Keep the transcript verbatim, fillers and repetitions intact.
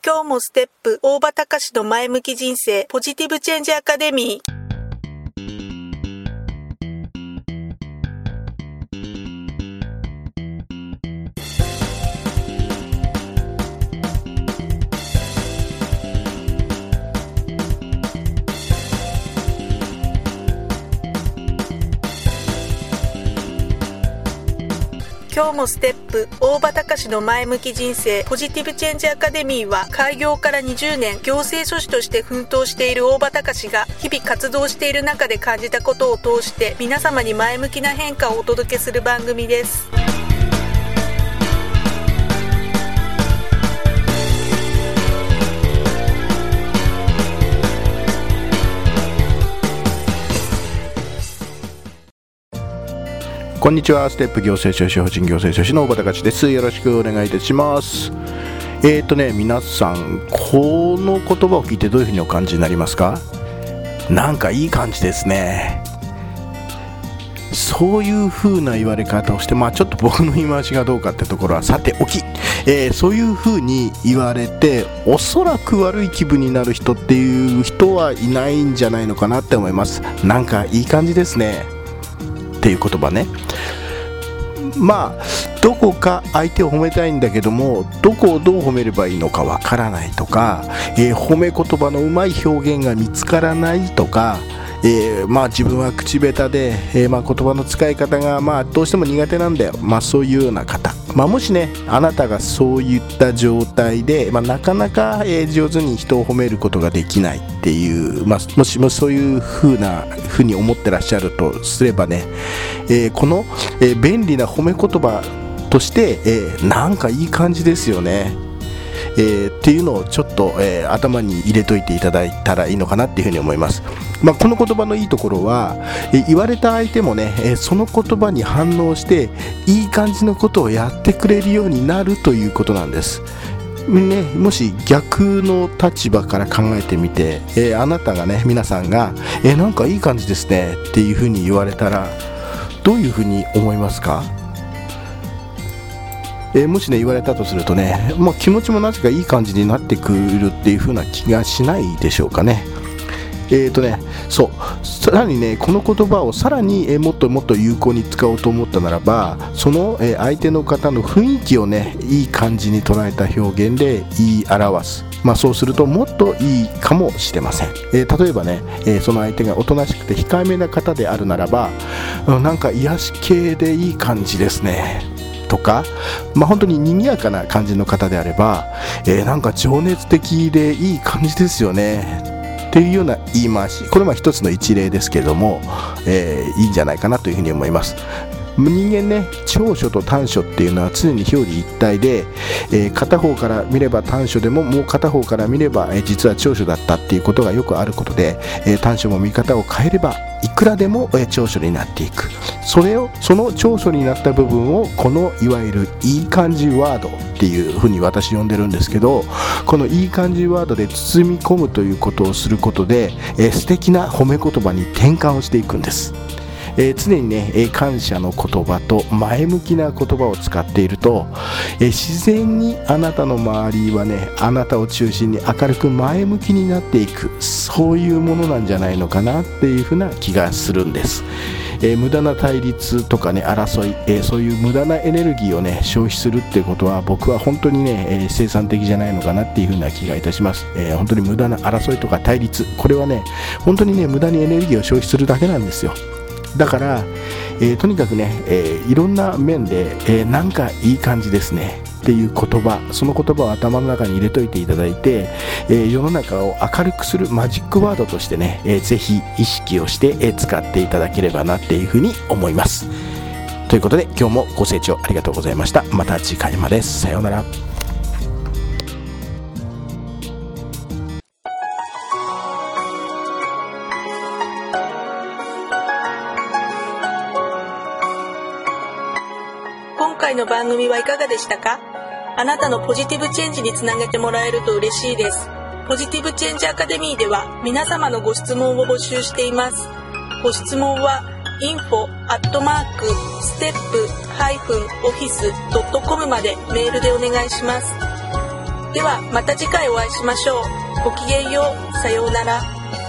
今日もステップ大場隆の前向き人生ポジティブチェンジアカデミー。今日もステップ大場隆の前向き人生ポジティブチェンジアカデミーは、開業からにじゅうねん行政書士として奮闘している大場隆が日々活動している中で感じたことを通して皆様に前向きな変化をお届けする番組です。 こんにちは。ステップ行政書士法人行政書士の大場隆です。よろしくお願いいたします。えーとね皆さん、この言葉を聞いてどういうふうにお感じになりますか？なんかいい感じですね。そういう風な言われ方をして、まあちょっと僕の言い回しがどうかってところはさておき、えー、そういう風に言われておそらく悪い気分になる人っていう人はいないんじゃないのかなって思います。なんかいい感じですねっていう言葉ね。まあどこか相手を褒めたいんだけども、どこをどう褒めればいいのかわからないとか、えー、褒め言葉のうまい表現が見つからないとか、えー、まあ自分は口下手で、えー、まあ言葉の使い方がまあどうしても苦手なんだよ、まあそういうような方、まあ、もしねあなたがそういった状態で、まあ、なかなか、えー、上手に人を褒めることができないっていう、まあ、もしもそういうふうなふうに思ってらっしゃるとすればね、えー、この、えー、便利な褒め言葉として、えー、なんかいい感じですよね、えー、っていうのをちょっと、えー、頭に入れといていただいたらいいのかなっていうふうに思います。まあ、この言葉のいいところは、えー、言われた相手もね、えー、その言葉に反応していい感じのことをやってくれるようになるということなんです。ね、もし逆の立場から考えてみて、えー、あなたがね皆さんが、えー、なんかいい感じですねっていうふうに言われたらどういうふうに思いますか？えー、もしね言われたとするとね、まあ、気持ちもなぜかいい感じになってくるっていう風な気がしないでしょうかね。えーとねそうさらにねこの言葉をさらに、えー、もっともっと有効に使おうと思ったならば、その、えー、相手の方の雰囲気をねいい感じに捉えた表現で言い表す。まあ、そうするともっといいかもしれません。えー、例えばね、えー、その相手がおとなしくて控えめな方であるならば、うん、なんか癒し系でいい感じですねとか、まあ、本当に賑やかな感じの方であれば、えー、なんか情熱的でいい感じですよねっていうような言い回し、これは一つの一例ですけれども、えー、いいんじゃないかなというふうに思います。人間ね、長所と短所っていうのは常に表裏一体で、えー、片方から見れば短所でももう片方から見れば、えー、実は長所だったっていうことがよくあることで、えー、短所も見方を変えればいくらでも、えー、長所になっていく。それをその長所になった部分をこのいわゆるいい感じワードっていうふうに私呼んでるんですけど、このいい感じワードで包み込むということをすることで、えー、素敵な褒め言葉に転換をしていくんです。えー、常にね、えー、感謝の言葉と前向きな言葉を使っていると、えー、自然にあなたの周りはねあなたを中心に明るく前向きになっていく、そういうものなんじゃないのかなっていうふうな気がするんです。えー、無駄な対立とかね争い、えー、そういう無駄なエネルギーをね消費するっていうことは僕は本当にね、えー、生産的じゃないのかなっていうふうな気がいたします。えー、本当に無駄な争いとか対立、これはね本当にね無駄にエネルギーを消費するだけなんですよ。だから、えー、とにかくね、えー、いろんな面で、えー、なんかいい感じですねっていう言葉、その言葉を頭の中に入れといていただいて、えー、世の中を明るくするマジックワードとしてね、えー、ぜひ意識をして、えー、使っていただければなっていうふうに思います。ということで今日もご清聴ありがとうございました。また次回まで。さようなら。 今回の番組はいかがでしたか？あなたのポジティブチェンジにつなげてもらえると嬉しいです。ポジティブチェンジアカデミーでは皆様のご質問を募集しています。ご質問は インフォ アットマーク ステップ ハイフン オフィス ドットコム までメールでお願いします。 ではまた次回お会いしましょう。ごきげんよう。さようなら。